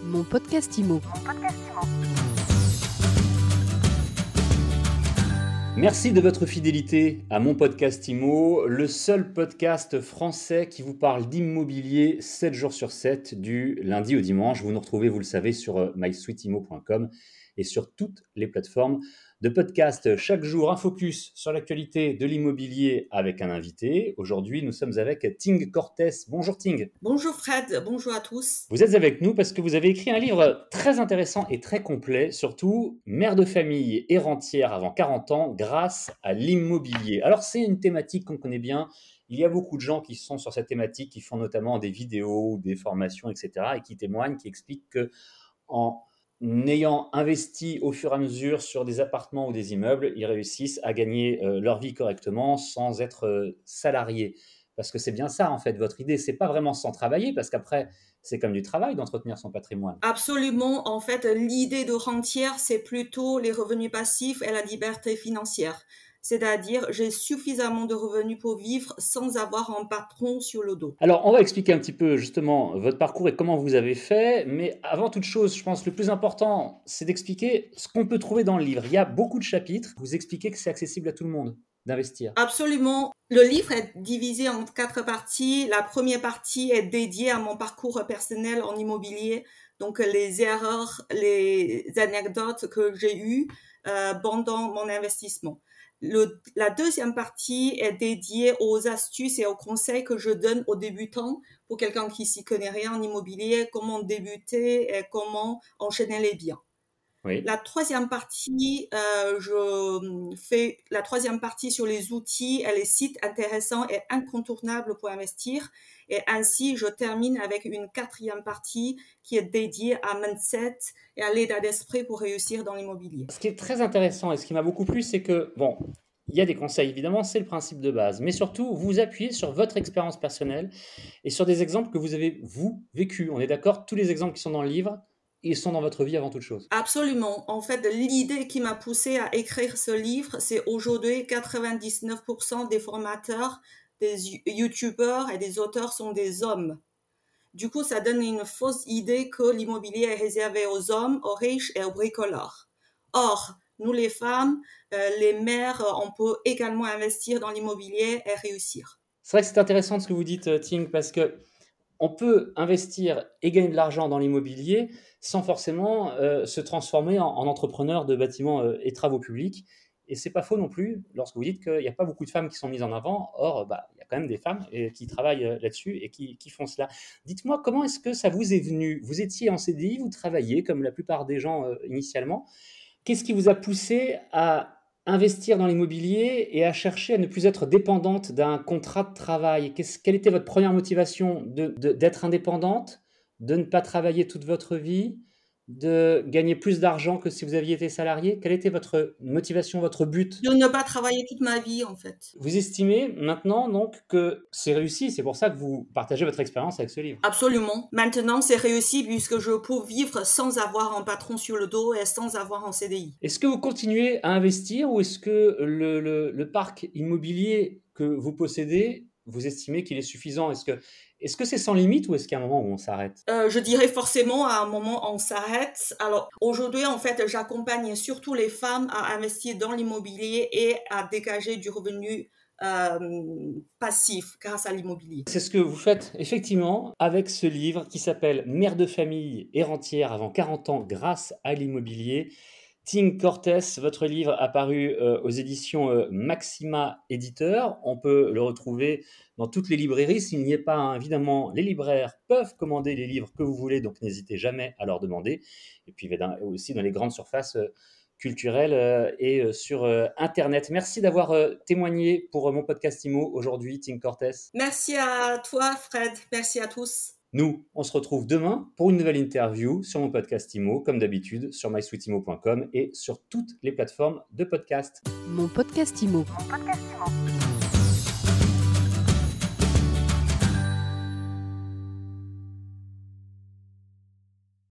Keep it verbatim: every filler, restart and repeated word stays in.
Mon podcast Imo. Merci de votre fidélité à mon podcast Imo, le seul podcast français qui vous parle d'immobilier sept jours sur sept, du lundi au dimanche. Vous nous retrouvez, vous le savez, sur my sweet imo point com et sur toutes les plateformes de podcast. Chaque jour, un focus sur l'actualité de l'immobilier avec un invité. Aujourd'hui, nous sommes avec Ting Cortès. Bonjour Ting. Bonjour Fred, bonjour à tous. Vous êtes avec nous parce que vous avez écrit un livre très intéressant et très complet, surtout mère de famille et rentière avant quarante ans grâce à l'immobilier. Alors c'est une thématique qu'on connaît bien. Il y a beaucoup de gens qui sont sur cette thématique, qui font notamment des vidéos, des formations, et cetera et qui témoignent, qui expliquent que en ayant investi au fur et à mesure sur des appartements ou des immeubles, ils réussissent à gagner euh, leur vie correctement sans être euh, salariés. Parce que c'est bien ça, en fait, votre idée. C'est pas vraiment sans travailler, parce qu'après, c'est comme du travail d'entretenir son patrimoine. Absolument. En fait, l'idée de rentière, c'est plutôt les revenus passifs et la liberté financière. C'est-à-dire, j'ai suffisamment de revenus pour vivre sans avoir un patron sur le dos. Alors, on va expliquer un petit peu, justement, votre parcours et comment vous avez fait. Mais avant toute chose, je pense que le plus important, c'est d'expliquer ce qu'on peut trouver dans le livre. Il y a beaucoup de chapitres. Vous expliquez que c'est accessible à tout le monde d'investir. Absolument. Le livre est divisé en quatre parties. La première partie est dédiée à mon parcours personnel en immobilier. Donc, les erreurs, les anecdotes que j'ai eues euh, pendant mon investissement. Le, la deuxième partie est dédiée aux astuces et aux conseils que je donne aux débutants, pour quelqu'un qui s'y connaît rien en immobilier, comment débuter et comment enchaîner les biens. Oui. La troisième partie, euh, je fais la troisième partie sur les outils et les sites intéressants et incontournables pour investir. Et ainsi, je termine avec une quatrième partie qui est dédiée à mindset et à l'état d'esprit pour réussir dans l'immobilier. Ce qui est très intéressant et ce qui m'a beaucoup plu, c'est que, bon, il y a des conseils, évidemment, c'est le principe de base. Mais surtout, vous vous appuyez sur votre expérience personnelle et sur des exemples que vous avez, vous, vécu. On est d'accord, tous les exemples qui sont dans le livre, ils sont dans votre vie avant toute chose. Absolument. En fait, l'idée qui m'a poussée à écrire ce livre, c'est aujourd'hui quatre-vingt-dix-neuf pour cent des formateurs, des youtubeurs et des auteurs sont des hommes. Du coup, ça donne une fausse idée que l'immobilier est réservé aux hommes, aux riches et aux bricoleurs. Or, nous les femmes, euh, les mères, on peut également investir dans l'immobilier et réussir. C'est vrai que c'est intéressant ce que vous dites, Ting, parce que on peut investir et gagner de l'argent dans l'immobilier sans forcément euh, se transformer en, en entrepreneur de bâtiments euh, et travaux publics. Et c'est pas faux non plus lorsque vous dites qu'il n'y a pas beaucoup de femmes qui sont mises en avant. Or, bah, il y a quand même des femmes euh, qui travaillent euh, là-dessus et qui, qui font cela. Dites-moi, comment est-ce que ça vous est venu ? Vous étiez en C D I, vous travailliez comme la plupart des gens euh, initialement. Qu'est-ce qui vous a poussé à investir dans l'immobilier et à chercher à ne plus être dépendante d'un contrat de travail? Qu'est-ce, quelle était votre première motivation de, de, d'être indépendante, de ne pas travailler toute votre vie, de gagner plus d'argent que si vous aviez été salarié? Quelle était votre motivation, votre but? De ne pas travailler toute ma vie, en fait. Vous estimez maintenant donc que c'est réussi, c'est pour ça que vous partagez votre expérience avec ce livre? Absolument. Maintenant, c'est réussi puisque je peux vivre sans avoir un patron sur le dos et sans avoir un C D I. Est-ce que vous continuez à investir ou est-ce que le, le, le parc immobilier que vous possédez, vous estimez qu'il est suffisant? Est-ce que, est-ce que c'est sans limite ou est-ce qu'il y a un moment où on s'arrête? Euh, je dirais forcément à un moment on s'arrête. Alors aujourd'hui, en fait, j'accompagne surtout les femmes à investir dans l'immobilier et à dégager du revenu euh, passif grâce à l'immobilier. C'est ce que vous faites effectivement avec ce livre qui s'appelle Mère de famille et rentière avant quarante ans grâce à l'immobilier. Ting Cortès, votre livre apparu euh, aux éditions euh, Maxima Éditeur. On peut le retrouver dans toutes les librairies. S'il n'y est pas, hein, évidemment, les libraires peuvent commander les livres que vous voulez, donc n'hésitez jamais à leur demander. Et puis aussi dans les grandes surfaces euh, culturelles euh, et euh, sur euh, Internet. Merci d'avoir euh, témoigné pour euh, mon podcast Imo aujourd'hui, Ting Cortès. Merci à toi, Fred. Merci à tous. Nous, on se retrouve demain pour une nouvelle interview sur mon podcast Imo, comme d'habitude, sur my sweet imo point com et sur toutes les plateformes de podcast. Mon podcast Imo. Mon podcast Imo.